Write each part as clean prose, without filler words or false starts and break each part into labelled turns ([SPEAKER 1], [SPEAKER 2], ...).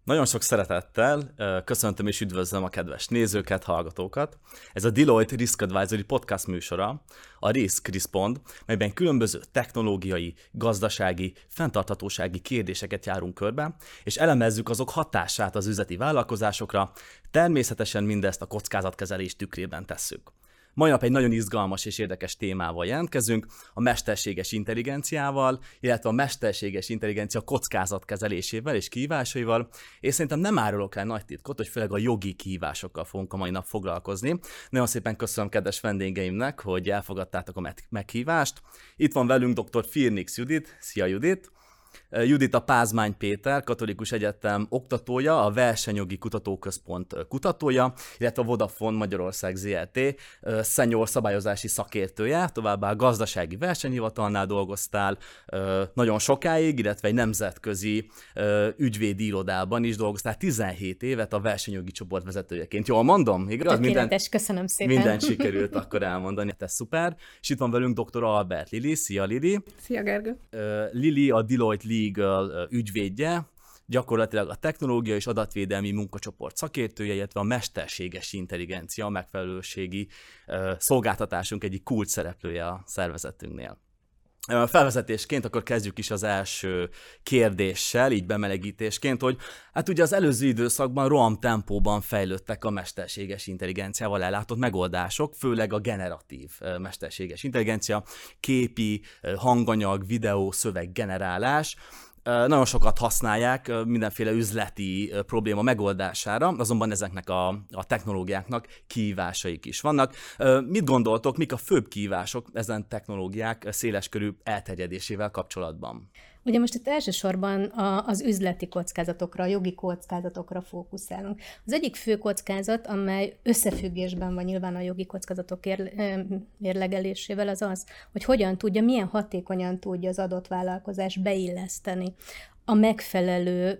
[SPEAKER 1] Nagyon sok szeretettel köszöntöm és üdvözlöm a kedves nézőket, hallgatókat. Ez a Deloitte Risk Advisory podcast műsora, a Risk Respond, melyben különböző technológiai, gazdasági, fenntarthatósági kérdéseket járunk körbe, és elemezzük azok hatását az üzleti vállalkozásokra, természetesen mindezt a kockázatkezelés tükrében tesszük. Mai nap egy nagyon izgalmas és érdekes témával jelentkezünk, a mesterséges intelligenciával, illetve a mesterséges intelligencia kockázatkezelésével és kihívásaival, és szerintem nem árulok el nagy titkot, hogy főleg a jogi kihívásokkal fogunk a mai nap foglalkozni. Nagyon szépen köszönöm kedves vendégeimnek, hogy elfogadtátok a meghívást. Itt van velünk dr. Firnix Judit. Szia Judit! Judit a Pázmány Péter Katolikus Egyetem oktatója, a Versenyjogi Kutatóközpont kutatója, illetve a Vodafone Magyarország Zrt. Senior szabályozási szakértője, továbbá a Gazdasági Versenyhivatalnál dolgoztál nagyon sokáig, illetve egy nemzetközi ügyvédi irodában is dolgoztál 17 évet a versenyjogi csoport vezetőjeként. Jól mondom? Igaz?
[SPEAKER 2] Tökéletes, köszönöm szépen.
[SPEAKER 1] Mindent sikerült akkor elmondani, ez szuper. És itt van velünk dr. Albert Lili. Szia Lili!
[SPEAKER 3] Szia Gergő!
[SPEAKER 1] Lili a Deloitte Legal ügyvédje, gyakorlatilag a technológia és adatvédelmi munkacsoport szakértője, illetve a mesterséges intelligencia, a megfelelőségi szolgáltatásunk egyik kulcs szereplője a szervezetünknél. Felvezetésként akkor kezdjük is az első kérdéssel, így bemelegítésként, hogy hát ugye az előző időszakban rohamtempóban fejlődtek a mesterséges intelligenciával ellátott megoldások, főleg a generatív mesterséges intelligencia, képi, hanganyag, videó, szöveg generálás. Nagyon sokat használják mindenféle üzleti probléma megoldására, azonban ezeknek a technológiáknak kihívásaik is vannak. Mit gondoltok, mik a főbb kihívások ezen technológiák széleskörű elterjedésével kapcsolatban?
[SPEAKER 2] Ugye most itt elsősorban az üzleti kockázatokra, a jogi kockázatokra fókuszálunk. Az egyik fő kockázat, amely összefüggésben van nyilván a jogi kockázatok mérlegelésével, az az, hogy hogyan tudja, milyen hatékonyan tudja az adott vállalkozás beilleszteni a megfelelő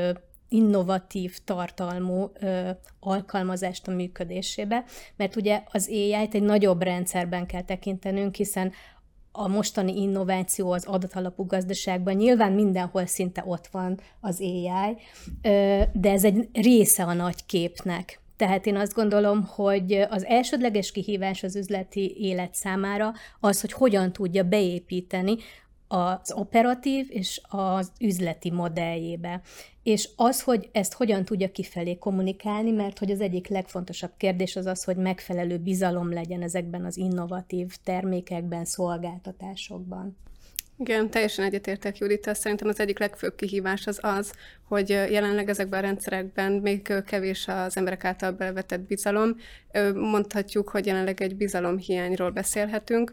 [SPEAKER 2] innovatív tartalmú alkalmazást a működésébe, mert ugye az AI-t egy nagyobb rendszerben kell tekintenünk, hiszen a mostani innováció az adatalapú gazdaságban nyilván mindenhol szinte ott van az AI, de ez egy része a nagy képnek. Tehát én azt gondolom, hogy az elsődleges kihívás az üzleti élet számára az, hogy hogyan tudja beépíteni az operatív és az üzleti modelljébe. És az, hogy ezt hogyan tudja kifelé kommunikálni, mert hogy az egyik legfontosabb kérdés az az, hogy megfelelő bizalom legyen ezekben az innovatív termékekben, szolgáltatásokban.
[SPEAKER 3] Igen, teljesen egyetértek Judittal. Szerintem az egyik legfőbb kihívás az az, hogy jelenleg ezekben a rendszerekben még kevés az emberek által belevetett bizalom. Mondhatjuk, hogy jelenleg egy bizalomhiányról beszélhetünk,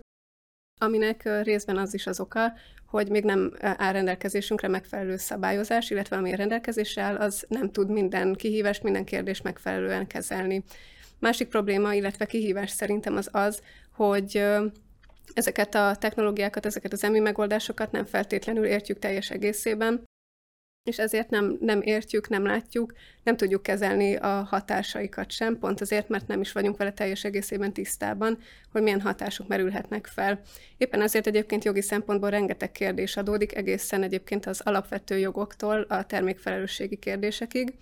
[SPEAKER 3] aminek részben az is az oka, hogy még nem áll rendelkezésünkre megfelelő szabályozás, illetve ami rendelkezésre áll, az nem tud minden kihívást, minden kérdést megfelelően kezelni. Másik probléma, illetve kihívás szerintem az az, hogy ezeket a technológiákat, ezeket az EMI megoldásokat nem feltétlenül értjük teljes egészében, és ezért nem értjük, nem látjuk, nem tudjuk kezelni a hatásaikat sem, pont azért, mert nem is vagyunk vele teljes egészében tisztában, hogy milyen hatások merülhetnek fel. Éppen ezért egyébként jogi szempontból rengeteg kérdés adódik, egészen egyébként az alapvető jogoktól a termékfelelősségi kérdésekig.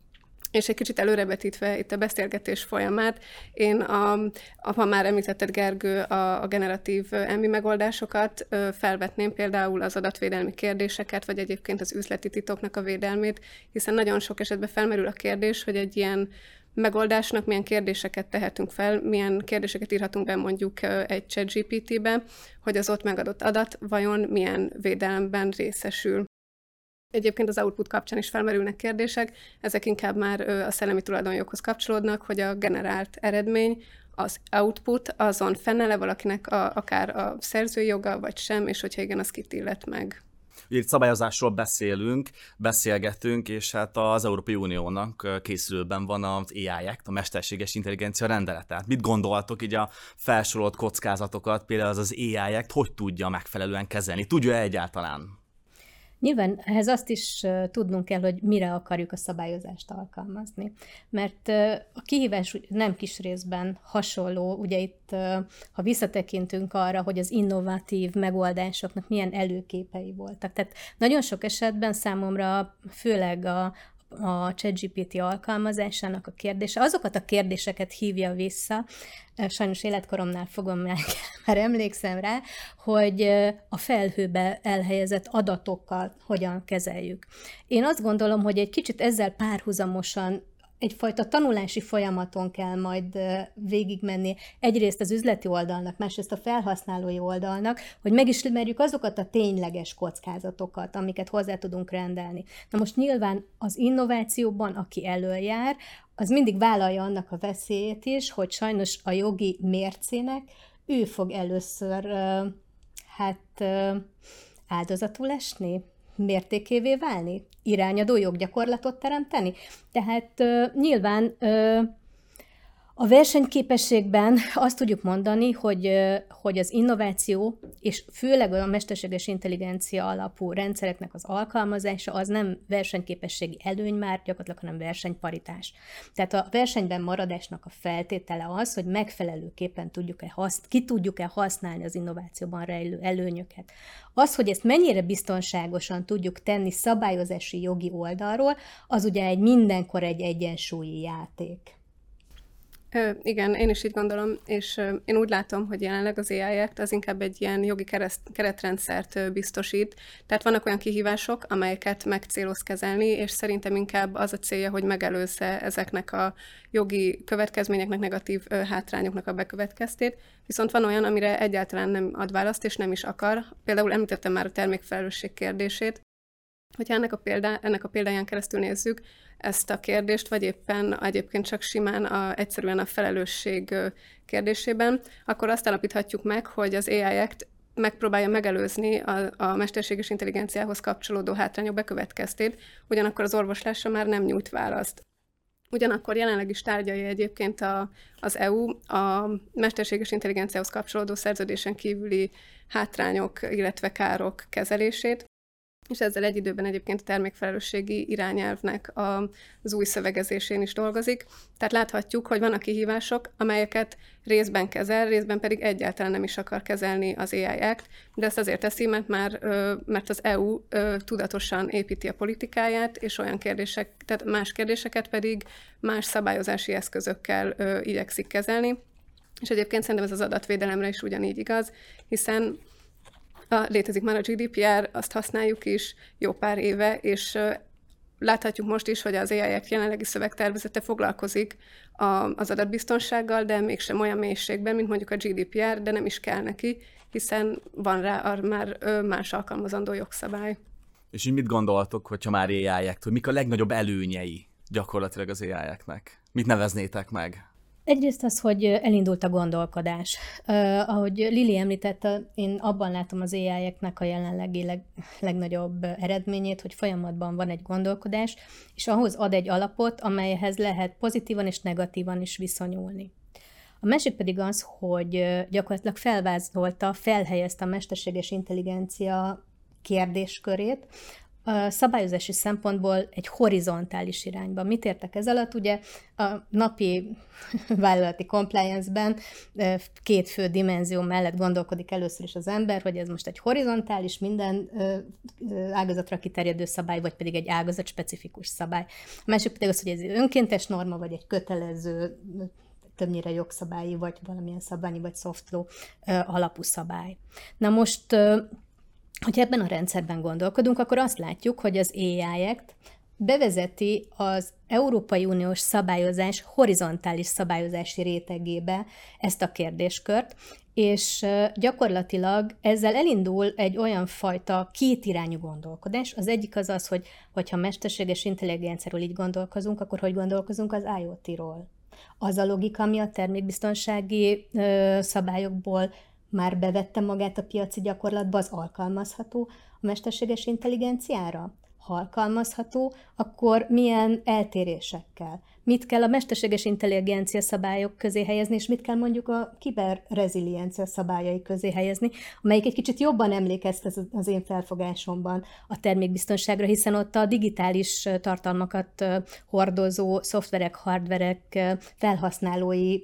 [SPEAKER 3] És egy kicsit előrevetítve itt a beszélgetés folyamát, én, ha már említetted Gergő, a generatív EMI megoldásokat felvetném például az adatvédelmi kérdéseket, vagy egyébként az üzleti titoknak a védelmét, hiszen nagyon sok esetben felmerül a kérdés, hogy egy ilyen megoldásnak milyen kérdéseket tehetünk fel, milyen kérdéseket írhatunk be mondjuk egy ChatGPT-be, hogy az ott megadott adat vajon milyen védelemben részesül. Egyébként az output kapcsán is felmerülnek kérdések, ezek inkább már a szellemi tulajdonjoghoz kapcsolódnak, hogy a generált eredmény, az output, azon fennáll-e valakinek akár a szerzői joga, vagy sem, és hogyha igen, az kit illet meg.
[SPEAKER 1] Ugye itt szabályozásról beszélgetünk, és hát az Európai Uniónak készülőben van az AI Act, a mesterséges intelligencia rendelete. Mit gondoltok így a felsorolt kockázatokat, például az AI Act hogy tudja megfelelően kezelni? Tudja egyáltalán?
[SPEAKER 2] Nyilván ehhez azt is tudnunk kell, hogy mire akarjuk a szabályozást alkalmazni. Mert a kihívás nem kis részben hasonló, ugye itt, ha visszatekintünk arra, hogy az innovatív megoldásoknak milyen előképei voltak. Tehát nagyon sok esetben számomra főleg a ChatGPT alkalmazásának a kérdése, azokat a kérdéseket hívja vissza, sajnos életkoromnál fogom, már emlékszem rá, hogy a felhőbe elhelyezett adatokkal hogyan kezeljük. Én azt gondolom, hogy egy kicsit ezzel párhuzamosan egyfajta tanulási folyamaton kell majd végigmenni egyrészt az üzleti oldalnak, másrészt a felhasználói oldalnak, hogy megismerjük azokat a tényleges kockázatokat, amiket hozzá tudunk rendelni. Na most nyilván az innovációban, aki előjár, az mindig vállalja annak a veszélyét is, hogy sajnos a jogi mércének ő fog először áldozatul esni, mértékévé válni, irányadó joggyakorlatot teremteni. Tehát nyilván a versenyképességben azt tudjuk mondani, hogy az innováció, és főleg a mesterséges intelligencia alapú rendszereknek az alkalmazása az nem versenyképességi előny már gyakorlatilag, hanem versenyparitás. Tehát a versenyben maradásnak a feltétele az, hogy megfelelőképpen ki tudjuk-e használni az innovációban rejlő előnyöket. Az, hogy ezt mennyire biztonságosan tudjuk tenni szabályozási jogi oldalról, az ugye mindenkor egy egyensúlyi játék.
[SPEAKER 3] Igen, én is így gondolom, és én úgy látom, hogy jelenleg az AI Act az inkább egy ilyen jogi keretrendszert biztosít. Tehát vannak olyan kihívások, amelyeket megcéloz kezelni, és szerintem inkább az a célja, hogy megelőzze ezeknek a jogi következményeknek, negatív hátrányoknak a bekövetkeztét. Viszont van olyan, amire egyáltalán nem ad választ, és nem is akar. Például említettem már a termékfelelősség kérdését. Hogyha ennek a példáján keresztül nézzük ezt a kérdést, vagy éppen egyébként csak simán egyszerűen a felelősség kérdésében, akkor azt állapíthatjuk meg, hogy az AI Act megpróbálja megelőzni a mesterséges intelligenciához kapcsolódó hátrányok bekövetkeztét, ugyanakkor az orvoslásra már nem nyújt választ. Ugyanakkor jelenleg is tárgyalja egyébként az EU a mesterséges intelligenciához kapcsolódó szerződésen kívüli hátrányok, illetve károk kezelését, és ezzel egy időben egyébként a termékfelelősségi irányelvnek az új szövegezésén is dolgozik. Tehát láthatjuk, hogy vannak kihívások, amelyeket részben kezel, részben pedig egyáltalán nem is akar kezelni az AI Act, de ezt azért teszi, mert az EU tudatosan építi a politikáját, és olyan tehát más kérdéseket pedig más szabályozási eszközökkel igyekszik kezelni. És egyébként szerintem ez az adatvédelemre is ugyanígy igaz, hiszen létezik már a GDPR, azt használjuk is jó pár éve, és láthatjuk most is, hogy az AI Act jelenlegi szövegtervezete foglalkozik az adatbiztonsággal, de mégsem olyan mélységben, mint mondjuk a GDPR, de nem is kell neki, hiszen van rá már más alkalmazandó jogszabály.
[SPEAKER 1] És így mit gondoltok, hogyha már AI Act, hogy mik a legnagyobb előnyei gyakorlatilag az AI Act-nek? Mit neveznétek meg?
[SPEAKER 2] Egyrészt az, hogy elindult a gondolkodás. Ahogy Lili említette, én abban látom az AI Act-nek a jelenlegi legnagyobb eredményét, hogy folyamatban van egy gondolkodás, és ahhoz ad egy alapot, amelyhez lehet pozitívan és negatívan is viszonyulni. A másik pedig az, hogy gyakorlatilag felhelyezte a mesterséges intelligencia kérdéskörét, a szabályozási szempontból egy horizontális irányba. Mit értek ez alatt? Ugye a napi vállalati compliance-ben két fő dimenzió mellett gondolkodik először is az ember, hogy ez most egy horizontális, minden ágazatra kiterjedő szabály, vagy pedig egy ágazat specifikus szabály. A másik pedig az, hogy ez egy önkéntes norma, vagy egy kötelező, többnyire jogszabályi, vagy valamilyen szabványi, vagy soft law alapú szabály. Na most hogyha ebben a rendszerben gondolkodunk, akkor azt látjuk, hogy az AI Act bevezeti az Európai Uniós szabályozás horizontális szabályozási rétegébe ezt a kérdéskört, és gyakorlatilag ezzel elindul egy olyan fajta kétirányú gondolkodás. Az egyik az az, hogy hogyha mesterséges intelligenciáról így gondolkozunk, akkor hogy gondolkozunk az IoT-ról? Az a logika, ami a termékbiztonsági szabályokból már bevette magát a piaci gyakorlatba, az alkalmazható a mesterséges intelligenciára? Ha alkalmazható, akkor milyen eltérésekkel? Mit kell a mesterséges intelligencia szabályok közé helyezni, és mit kell mondjuk a kiberreziliencia szabályai közé helyezni, amelyik egy kicsit jobban emlékeztet az én felfogásomban a termékbiztonságra, hiszen ott a digitális tartalmakat hordozó szoftverek, hardverek felhasználói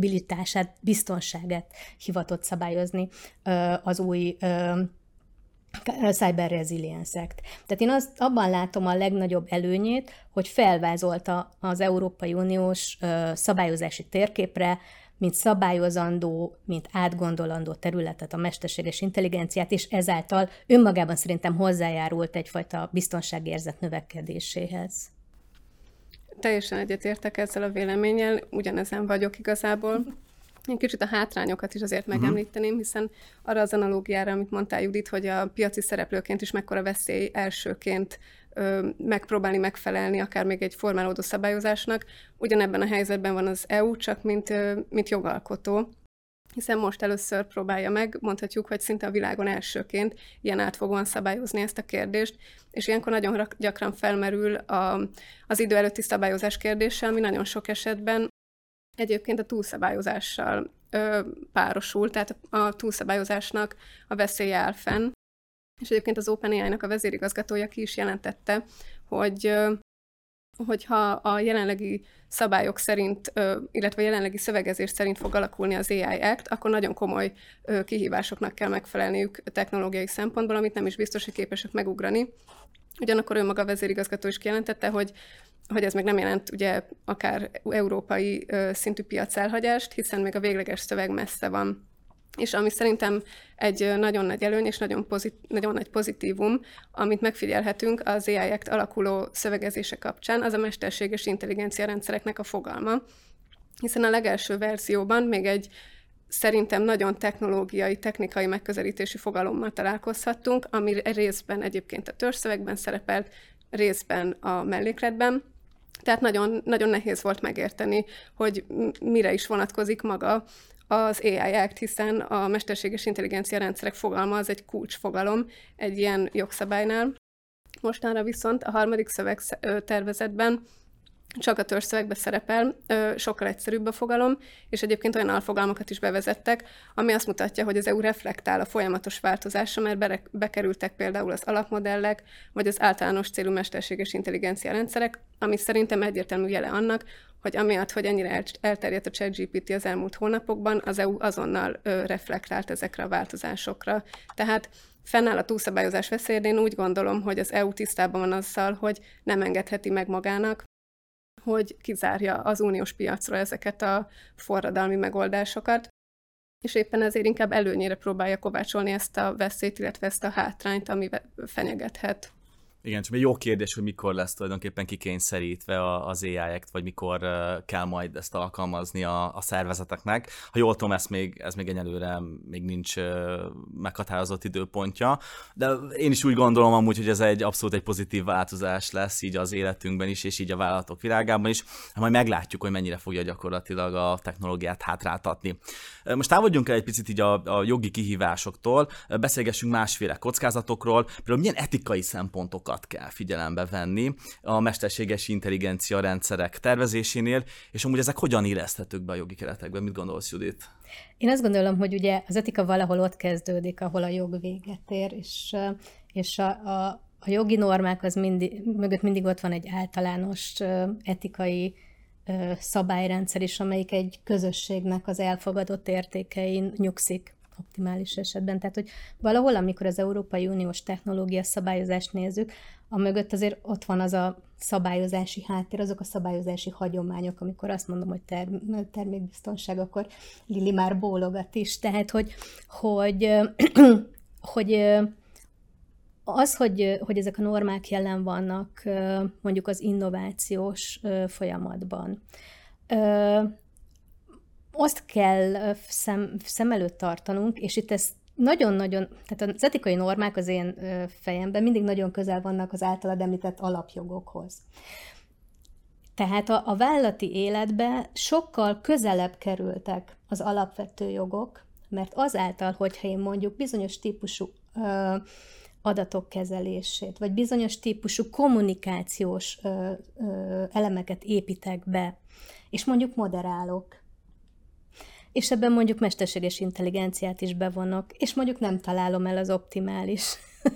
[SPEAKER 2] kompatibilitását, biztonságát hivatott szabályozni az új Cyber Resilience Act. Tehát én abban látom a legnagyobb előnyét, hogy felvázolta az Európai Uniós szabályozási térképre, mint szabályozandó, mint átgondolandó területet a mesterséges intelligenciát, és ezáltal önmagában szerintem hozzájárult egyfajta biztonságérzet növekedéséhez.
[SPEAKER 3] Teljesen egyetértek ezzel a véleménnyel, ugyanezen vagyok igazából. Én kicsit a hátrányokat is azért megemlíteném, hiszen arra az analógiára, amit mondtál, Judit, hogy a piaci szereplőként is mekkora veszély elsőként megpróbálni megfelelni akár még egy formálódó szabályozásnak. Ugyanebben a helyzetben van az EU, csak mint jogalkotó, hiszen most először próbálja meg, mondhatjuk, hogy szinte a világon elsőként ilyen átfogóan szabályozni ezt a kérdést, és ilyenkor nagyon gyakran felmerül az idő előtti szabályozás kérdése, ami nagyon sok esetben egyébként a túlszabályozással párosul, tehát a túlszabályozásnak a veszélye áll fenn. És egyébként az OpenAI-nak a vezérigazgatója ki is jelentette, hogyha a jelenlegi szabályok szerint, illetve a jelenlegi szövegezés szerint fog alakulni az AI Act, akkor nagyon komoly kihívásoknak kell megfelelniük technológiai szempontból, amit nem is biztos, hogy képesek megugrani. Ugyanakkor ő maga a vezérigazgató is kijelentette, hogy ez még nem jelent ugye akár európai szintű piacelhagyást, hiszen még a végleges szöveg messze van. És ami szerintem egy nagyon nagy előny és nagyon nagy pozitívum, amit megfigyelhetünk az AI Act alakuló szövegezése kapcsán, az a mesterséges intelligencia rendszereknek a fogalma, hiszen a legelső verzióban még egy szerintem nagyon technikai megközelítési fogalommal találkozhattunk, ami részben egyébként a törzszövegben szerepelt, részben a mellékletben. Tehát nagyon, nagyon nehéz volt megérteni, hogy mire is vonatkozik maga az AI Act, hiszen a mesterséges intelligencia rendszerek fogalma az egy kulcsfogalom egy ilyen jogszabálynál. Mostanra viszont a harmadik szövegtervezetben csak a törzszövegben szerepel, sokkal egyszerűbb a fogalom, és egyébként olyan alfogalmakat is bevezettek, ami azt mutatja, hogy az EU reflektál a folyamatos változásra, mert bekerültek például az alapmodellek, vagy az általános célú mesterséges intelligencia rendszerek, ami szerintem egyértelmű jele annak, hogy amiatt, hogy ennyire elterjedt a ChatGPT az elmúlt hónapokban, az EU azonnal reflektált ezekre a változásokra. Tehát fennáll a túlszabályozás veszélye, de én úgy gondolom, hogy az EU tisztában van azzal, hogy nem engedheti meg magának, hogy kizárja az uniós piacról ezeket a forradalmi megoldásokat, és éppen ezért inkább előnyére próbálja kovácsolni ezt a veszélyt, illetve ezt a hátrányt, ami fenyegethet.
[SPEAKER 1] Igen, csak egy jó kérdés, hogy mikor lesz tulajdonképpen kikényszerítve az AI Act, vagy mikor kell majd ezt alkalmazni a szervezeteknek. Ha jól tudom, ez még egyelőre még nincs meghatározott időpontja, de én is úgy gondolom amúgy, hogy ez abszolút egy pozitív változás lesz így az életünkben is, és így a vállalatok világában is. Majd meglátjuk, hogy mennyire fogja gyakorlatilag a technológiát hátráltatni. Most távolodjunk el egy picit így a jogi kihívásoktól, beszélgessünk másféle kockázatokról, például milyen etikai szempontokat kell figyelembe venni a mesterséges intelligencia rendszerek tervezésénél, és amúgy ezek hogyan illeszthetők be a jogi keretekben? Mit gondolsz, Judit?
[SPEAKER 2] Én azt gondolom, hogy ugye az etika valahol ott kezdődik, ahol a jog véget ér, és a jogi normák mögött mindig ott van egy általános etikai szabályrendszer is, amelyik egy közösségnek az elfogadott értékein nyugszik optimális esetben. Tehát, hogy valahol, amikor az Európai Uniós technológia szabályozást nézzük, a mögött azért ott van az a szabályozási háttér, azok a szabályozási hagyományok, amikor azt mondom, hogy termékbiztonság, akkor Lili már bólogat is. Tehát, hogy ezek a normák jelen vannak mondjuk az innovációs folyamatban. Azt kell szem előtt tartanunk, és itt ez nagyon-nagyon, tehát az etikai normák az én fejemben mindig nagyon közel vannak az általad említett alapjogokhoz. Tehát a vállalati életbe sokkal közelebb kerültek az alapvető jogok, mert azáltal, hogyha én mondjuk bizonyos típusú adatok kezelését, vagy bizonyos típusú kommunikációs elemeket építek be, és mondjuk moderálok, és ebben mondjuk mesterséges intelligenciát is bevonok, és mondjuk nem találom el az optimális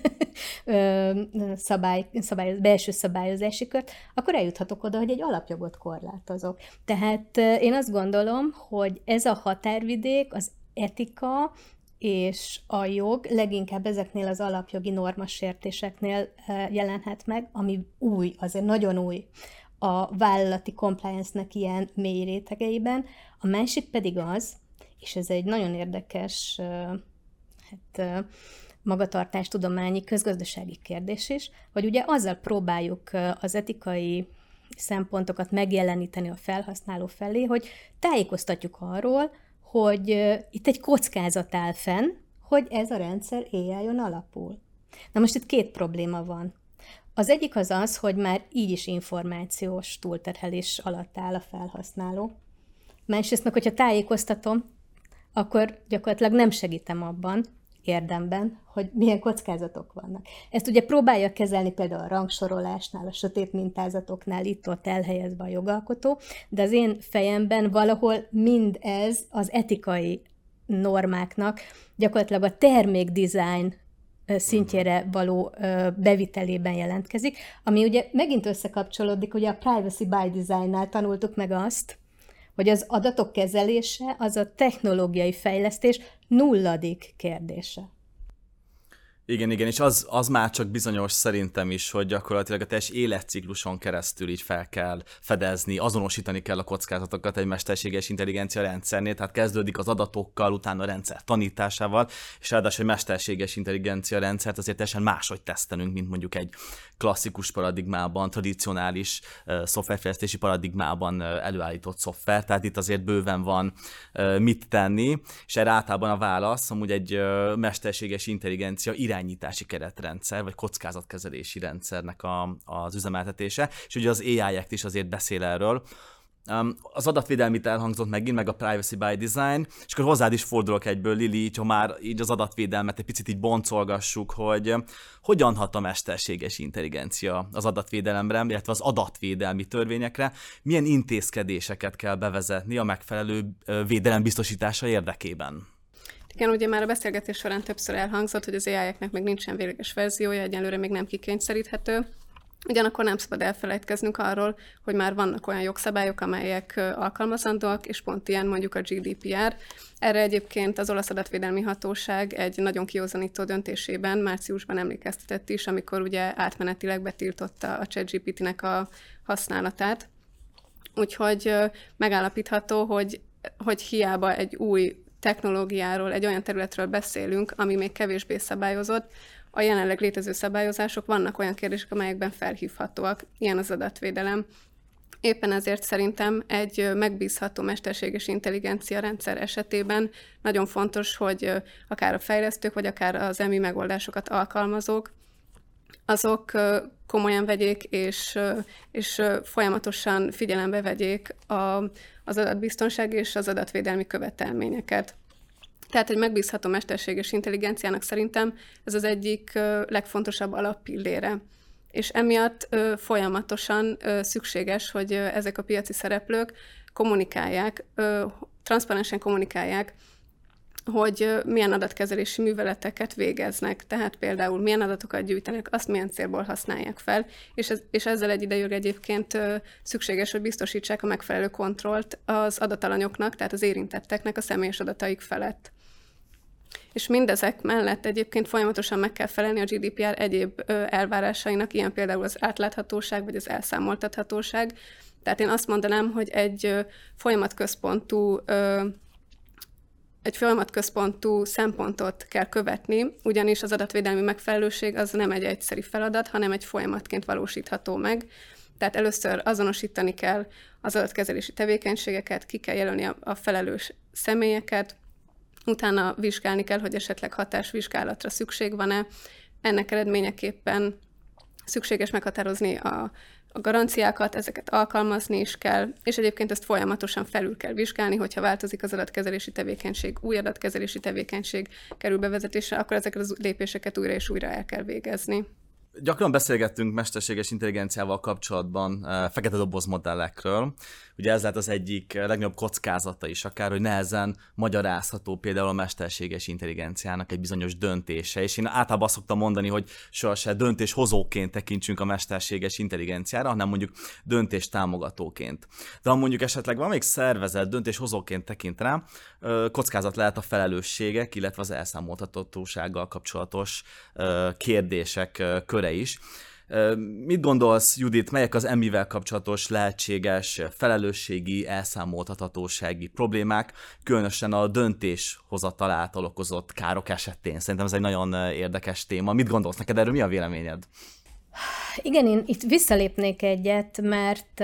[SPEAKER 2] belső szabályozási kört, akkor eljuthatok oda, hogy egy alapjogot korlátozok. Tehát én azt gondolom, hogy ez a határvidék, az etika és a jog leginkább ezeknél az alapjogi normasértéseknél jelenhet meg, ami új, azért nagyon új a vállalati compliance-nek ilyen mély rétegeiben. A másik pedig az, és ez egy nagyon érdekes magatartástudományi, közgazdasági kérdés is, hogy ugye azzal próbáljuk az etikai szempontokat megjeleníteni a felhasználó felé, hogy tájékoztatjuk arról, hogy itt egy kockázat áll fenn, hogy ez a rendszer AI-on alapul. Na most itt két probléma van. Az egyik az az, hogy már így is információs túlterhelés alatt áll a felhasználó. Másrészt meg, hogyha tájékoztatom, akkor gyakorlatilag nem segítem abban, érdemben, hogy milyen kockázatok vannak. Ezt ugye próbálja kezelni például a rangsorolásnál, a sötét mintázatoknál, itt-ott elhelyezve a jogalkotó, de az én fejemben valahol mindez az etikai normáknak, gyakorlatilag a termékdesign szintjére való bevitelében jelentkezik, ami ugye megint összekapcsolódik, ugye a privacy by design-nál tanultuk meg azt, hogy az adatok kezelése az a technológiai fejlesztés nulladik kérdése.
[SPEAKER 1] Igen, és az már csak bizonyos szerintem is, hogy gyakorlatilag a teljes életcikluson keresztül így fel kell fedezni, azonosítani kell a kockázatokat egy mesterséges intelligencia rendszernél, tehát kezdődik az adatokkal, utána a rendszer tanításával, és ráadásul egy mesterséges intelligencia rendszert azért teljesen máshogy tesztelünk, mint mondjuk egy klasszikus paradigmában, tradicionális szoftverfejlesztési paradigmában előállított szoftver, tehát itt azért bőven van mit tenni, és erre általában a válasz amúgy egy mesterséges intelligencia irányítási keretrendszer, vagy kockázatkezelési rendszernek az üzemeltetése, és ugye az AI Act is azért beszél erről. Az adatvédelmit elhangzott megint, meg a privacy by design, és akkor hozzád is fordulok egyből, Lili, így, ha már így az adatvédelmet egy picit így boncolgassuk, hogy hogyan hat a mesterséges intelligencia az adatvédelemre, illetve az adatvédelmi törvényekre, milyen intézkedéseket kell bevezetni a megfelelő védelem biztosítása érdekében.
[SPEAKER 3] Igen, ugye már a beszélgetés során többször elhangzott, hogy az AI-eknek még nincsen végleges verziója, egyelőre még nem kikényszeríthető. Ugyanakkor nem szabad elfelejtkeznünk arról, hogy már vannak olyan jogszabályok, amelyek alkalmazandóak, és pont ilyen mondjuk a GDPR. Erre egyébként az olasz adatvédelmi hatóság egy nagyon kiózanító döntésében márciusban emlékeztetett is, amikor ugye átmenetileg betiltotta a ChatGPT-nek a használatát. Úgyhogy megállapítható, hogy hiába egy új technológiáról, egy olyan területről beszélünk, ami még kevésbé szabályozott, a jelenleg létező szabályozások, vannak olyan kérdések, amelyekben felhívhatóak, ilyen az adatvédelem. Éppen ezért szerintem egy megbízható mesterséges intelligencia rendszer esetében nagyon fontos, hogy akár a fejlesztők, vagy akár az EMI megoldásokat alkalmazók, azok komolyan vegyék, és folyamatosan figyelembe vegyék az adatbiztonság és az adatvédelmi követelményeket. Tehát egy megbízható mesterséges intelligenciának szerintem ez az egyik legfontosabb alappillére. És emiatt folyamatosan szükséges, hogy ezek a piaci szereplők kommunikálják, transzparensen kommunikálják, hogy milyen adatkezelési műveleteket végeznek, tehát például milyen adatokat gyűjtenek, azt milyen célból használják fel, és ezzel egyidejűleg egyébként szükséges, hogy biztosítsák a megfelelő kontrollt az adatalanyoknak, tehát az érintetteknek a személyes adataik felett. És mindezek mellett egyébként folyamatosan meg kell felelni a GDPR egyéb elvárásainak, ilyen például az átláthatóság vagy az elszámoltathatóság. Tehát én azt mondanám, hogy egy folyamatközpontú szempontot kell követni, ugyanis az adatvédelmi megfelelőség az nem egy egyszeri feladat, hanem egy folyamatként valósítható meg. Tehát először azonosítani kell az adatkezelési tevékenységeket, ki kell jelölni a felelős személyeket, utána vizsgálni kell, hogy esetleg hatásvizsgálatra szükség van-e. Ennek eredményeképpen szükséges meghatározni a garanciákat, ezeket alkalmazni is kell, és egyébként ezt folyamatosan felül kell vizsgálni, hogyha változik az adatkezelési tevékenység, új adatkezelési tevékenység kerül bevezetésre, akkor ezeket az lépéseket újra és újra el kell végezni.
[SPEAKER 1] Gyakran beszélgettünk mesterséges intelligenciával kapcsolatban fekete doboz modellekről. Ugye ez lehet az egyik legnagyobb kockázata is akár, hogy nehezen magyarázható például a mesterséges intelligenciának egy bizonyos döntése, és én általában azt szoktam mondani, hogy sohasem döntéshozóként tekintsünk a mesterséges intelligenciára, hanem mondjuk döntéstámogatóként. De ha mondjuk esetleg valamelyik szervezet döntéshozóként tekint rá, kockázat lehet a felelősségek, illetve az elszámoltathatósággal kapcsolatos kérdések köre is. Mit gondolsz, Judit, melyek az emmivel kapcsolatos lehetséges felelősségi, elszámoltathatósági problémák, különösen a döntéshozatal által okozott károk esetén? Szerintem ez egy nagyon érdekes téma. Mit gondolsz, neked erről mi a véleményed?
[SPEAKER 2] Igen, én itt visszalépnék egyet, mert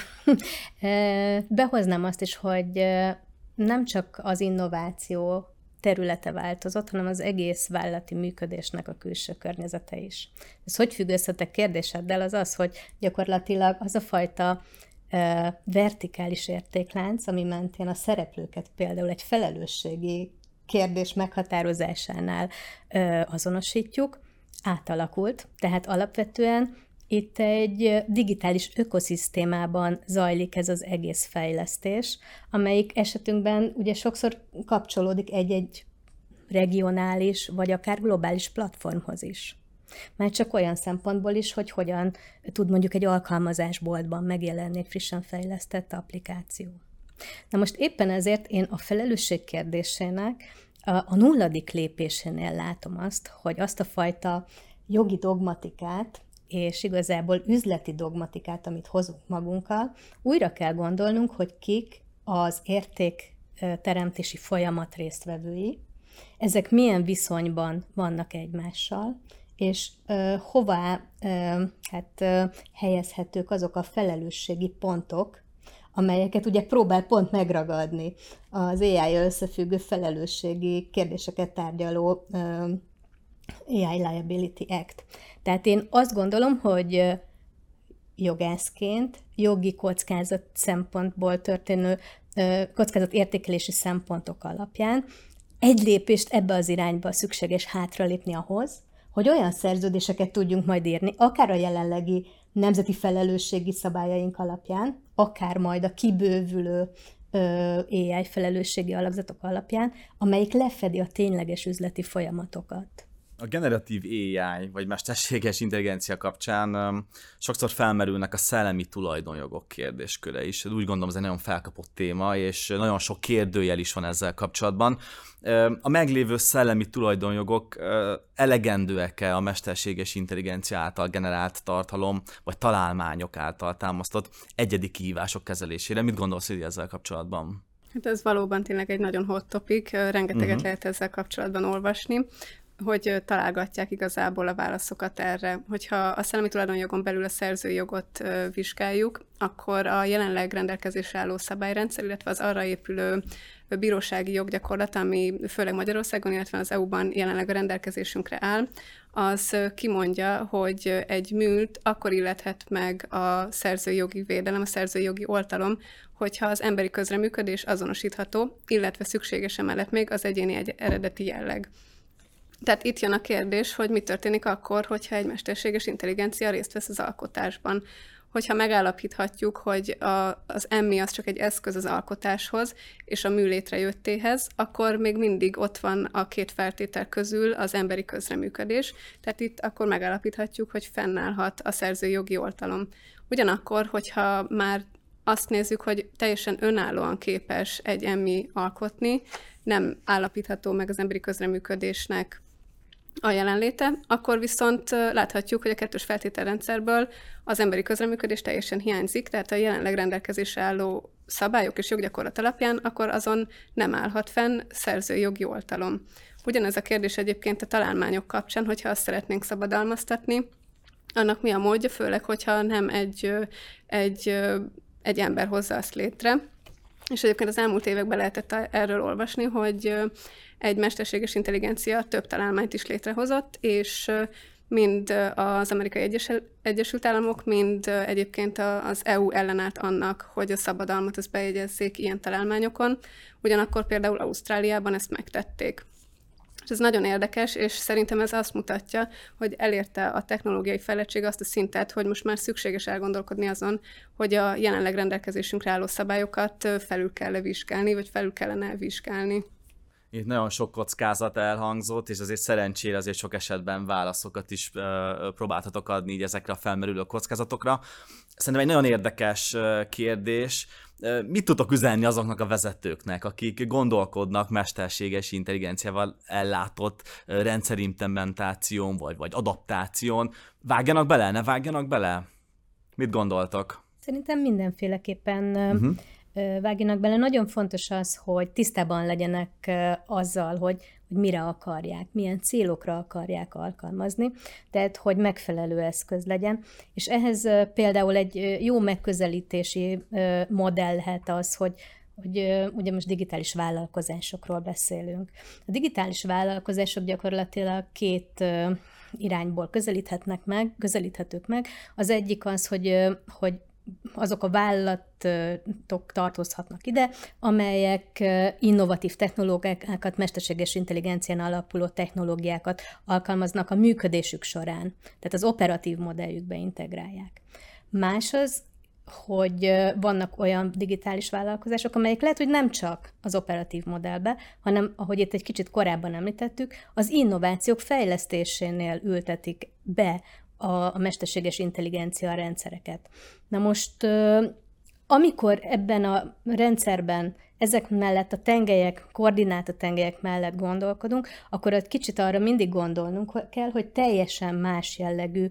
[SPEAKER 2] behoznám azt is, hogy nem csak az innováció területe változott, hanem az egész vállalati működésnek a külső környezete is. Ez hogy függ össze a te kérdéseddel? Az az, hogy gyakorlatilag az a fajta vertikális értéklánc, ami mentén a szereplőket például egy felelősségi kérdés meghatározásánál azonosítjuk, átalakult, tehát alapvetően itt egy digitális ökoszisztémában zajlik ez az egész fejlesztés, amelyik esetünkben ugye sokszor kapcsolódik egy-egy regionális, vagy akár globális platformhoz is. Már csak olyan szempontból is, hogy hogyan tud mondjuk egy alkalmazásboltban megjelenni egy frissen fejlesztett applikáció. Na most éppen ezért én a felelősség kérdésének a nulladik lépésénél látom azt, hogy azt a fajta jogi dogmatikát, és igazából üzleti dogmatikát, amit hozunk magunkkal, újra kell gondolnunk, hogy kik az értékteremtési folyamat résztvevői, ezek milyen viszonyban vannak egymással, és hová helyezhetők azok a felelősségi pontok, amelyeket ugye próbál pont megragadni az AI-jal összefüggő felelősségi kérdéseket tárgyaló AI Liability Act. Tehát én azt gondolom, hogy jogászként, jogi kockázat szempontból történő kockázatértékelési szempontok alapján egy lépést ebbe az irányba szükséges hátralépni ahhoz, hogy olyan szerződéseket tudjunk majd írni, akár a jelenlegi nemzeti felelősségi szabályaink alapján, akár majd a kibővülő AI felelősségi alapzatok alapján, amelyik lefedi a tényleges üzleti folyamatokat.
[SPEAKER 1] A generatív AI, vagy mesterséges intelligencia kapcsán sokszor felmerülnek a szellemi tulajdonjogok kérdésköre is. Úgy gondolom, ez egy nagyon felkapott téma, és nagyon sok kérdőjel is van ezzel kapcsolatban. A meglévő szellemi tulajdonjogok elegendőek-e a mesterséges intelligencia által generált tartalom, vagy találmányok által támasztott egyedi kihívások kezelésére? Mit gondolsz ezzel kapcsolatban?
[SPEAKER 3] Hát ez valóban tényleg egy nagyon hot topic, rengeteget lehet ezzel kapcsolatban olvasni, hogy találgatják igazából a válaszokat erre. Hogyha a szellemi tulajdonjogon belül a szerzői jogot vizsgáljuk, akkor a jelenleg rendelkezésre álló szabályrendszer, illetve az arra épülő bírósági joggyakorlat, ami főleg Magyarországon, illetve az EU-ban jelenleg a rendelkezésünkre áll, az kimondja, hogy egy műt akkor illethet meg a szerzői jogi védelem, a szerzői jogi oltalom, hogyha az emberi közreműködés azonosítható, illetve szükséges emellett még az egyéni eredeti jelleg. Tehát itt jön a kérdés, hogy mi történik akkor, hogyha egy mesterséges intelligencia részt vesz az alkotásban. Hogyha megállapíthatjuk, hogy az emmi az csak egy eszköz az alkotáshoz, és a mű létrejöttéhez, akkor még mindig ott van a két feltétel közül az emberi közreműködés. Tehát itt akkor megállapíthatjuk, hogy fennállhat a szerzői jogi oltalom. Ugyanakkor, hogyha már azt nézzük, hogy teljesen önállóan képes egy emmi alkotni, nem állapítható meg az emberi közreműködésnek a jelenléte, akkor viszont láthatjuk, hogy a kettős feltételrendszerből az emberi közreműködés teljesen hiányzik, tehát a jelenleg rendelkezésre álló szabályok és joggyakorlat alapján akkor azon nem állhat fenn szerzői jogi oltalom. Ugyanez a kérdés egyébként a találmányok kapcsán, hogyha azt szeretnénk szabadalmaztatni, annak mi a módja, főleg, hogyha nem egy ember hozza azt létre. És egyébként az elmúlt években lehetett erről olvasni, hogy egy mesterséges intelligencia több találmányt is létrehozott, és mind az Amerikai Egyesült Államok, mind egyébként az EU ellenállt annak, hogy a szabadalmat azt bejegyezzék ilyen találmányokon. Ugyanakkor például Ausztráliában ezt megtették. És ez nagyon érdekes, és szerintem ez azt mutatja, hogy elérte a technológiai fejlettség azt a szintet, hogy most már szükséges elgondolkodni azon, hogy a jelenleg rendelkezésünkre álló szabályokat felül kell vizsgálni, vagy felül kellene vizsgálni.
[SPEAKER 1] Itt nagyon sok kockázat elhangzott, és azért szerencsére azért sok esetben válaszokat is próbáltatok adni így ezekre a felmerülő kockázatokra. Szerintem egy nagyon érdekes kérdés. Mit tudtok üzenni azoknak a vezetőknek, akik gondolkodnak mesterséges intelligenciával ellátott rendszerimplementáción vagy adaptáción? Vágjanak bele, ne vágjanak bele? Mit gondoltok?
[SPEAKER 2] Szerintem mindenféleképpen vágjanak bele. Nagyon fontos az, hogy tisztában legyenek azzal, hogy mire akarják, milyen célokra akarják alkalmazni, tehát hogy megfelelő eszköz legyen. És ehhez például egy jó megközelítési modell lehet az, hogy ugye most digitális vállalkozásokról beszélünk. A digitális vállalkozások gyakorlatilag két irányból közelíthetők meg. Az egyik az, hogy azok a vállalatok tartozhatnak ide, amelyek innovatív technológiákat, mesterséges intelligencián alapuló technológiákat alkalmaznak a működésük során, tehát az operatív modelljükbe integrálják. Más az, hogy vannak olyan digitális vállalkozások, amelyek lehet, hogy nem csak az operatív modellbe, hanem, ahogy itt egy kicsit korábban említettük, az innovációk fejlesztésénél ültetik be a mesterséges intelligencia rendszereket. Na most, amikor ebben a rendszerben ezek mellett a tengelyek, koordináta tengelyek mellett gondolkodunk, akkor egy kicsit arra mindig gondolnunk kell, hogy teljesen más jellegű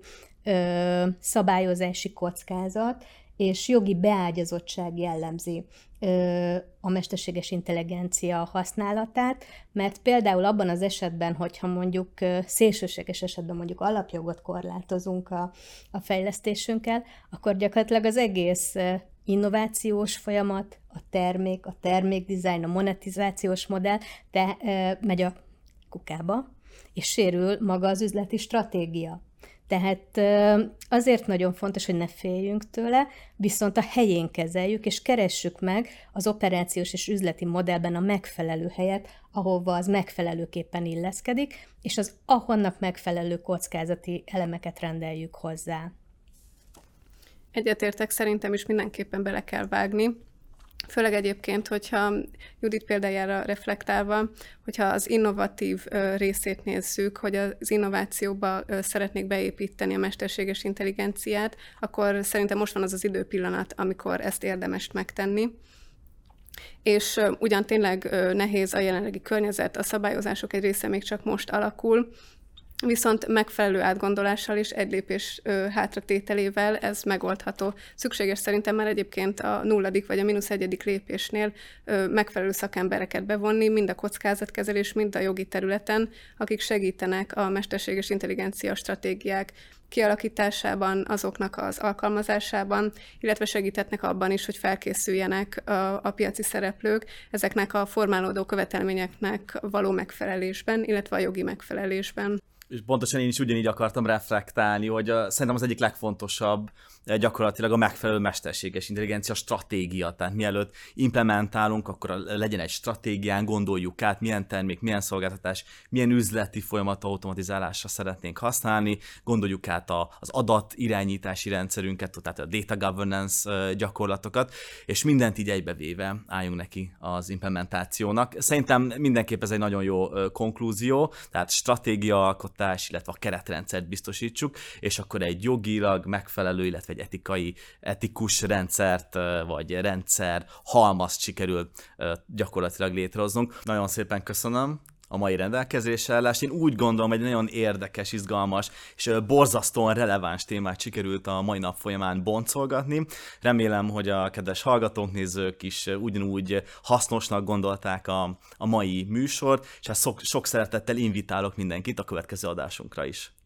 [SPEAKER 2] szabályozási kockázat és jogi beágyazottság jellemzi a mesterséges intelligencia használatát, mert például abban az esetben, hogyha mondjuk szélsőséges esetben mondjuk alapjogot korlátozunk a fejlesztésünkkel, akkor gyakorlatilag az egész innovációs folyamat, a termékdizájn, a monetizációs modell megy a kukába, és sérül maga az üzleti stratégia. Tehát azért nagyon fontos, hogy ne féljünk tőle, viszont a helyén kezeljük, és keressük meg az operációs és üzleti modellben a megfelelő helyet, ahova az megfelelőképpen illeszkedik, és az ahonnak megfelelő kockázati elemeket rendeljük hozzá.
[SPEAKER 3] Egyetértek, szerintem is mindenképpen bele kell vágni. Főleg egyébként, hogyha Judit példájára reflektálva, hogyha az innovatív részét nézzük, hogy az innovációba szeretnék beépíteni a mesterséges intelligenciát, akkor szerintem most van az az időpillanat, amikor ezt érdemes megtenni. És ugyan tényleg nehéz a jelenlegi környezet, a szabályozások egy része még csak most alakul, viszont megfelelő átgondolással és egy lépés hátratételével ez megoldható. Szükséges szerintem már egyébként a 0. vagy a -1. lépésnél megfelelő szakembereket bevonni, mind a kockázatkezelés, mind a jogi területen, akik segítenek a mesterséges intelligencia stratégiák kialakításában, azoknak az alkalmazásában, illetve segíthetnek abban is, hogy felkészüljenek a piaci szereplők ezeknek a formálódó követelményeknek való megfelelésben, illetve a jogi megfelelésben.
[SPEAKER 1] És pontosan én is ugyanígy akartam reflektálni, hogy szerintem az egyik legfontosabb gyakorlatilag a megfelelő mesterséges intelligencia stratégia. Tehát mielőtt implementálunk, akkor legyen egy stratégián, gondoljuk át, milyen termék, milyen szolgáltatás, milyen üzleti folyamat automatizálásra szeretnénk használni, gondoljuk át az adatirányítási rendszerünket, tehát a data governance gyakorlatokat, és mindent így egybevéve álljunk neki az implementációnak. Szerintem mindenképp ez egy nagyon jó konklúzió, tehát stratégiaalkotás, illetve a keretrendszert biztosítsuk, és akkor egy jogilag megfelelő, illetve egy etikus rendszert, vagy rendszer halmazt sikerül gyakorlatilag létrehoznunk. Nagyon szépen köszönöm a mai rendelkezésre állást. Én úgy gondolom, hogy egy nagyon érdekes, izgalmas és borzasztóan releváns témát sikerült a mai nap folyamán boncolgatni. Remélem, hogy a kedves hallgatók, nézők is ugyanúgy hasznosnak gondolták a mai műsort, és hát sok szeretettel invitálok mindenkit a következő adásunkra is.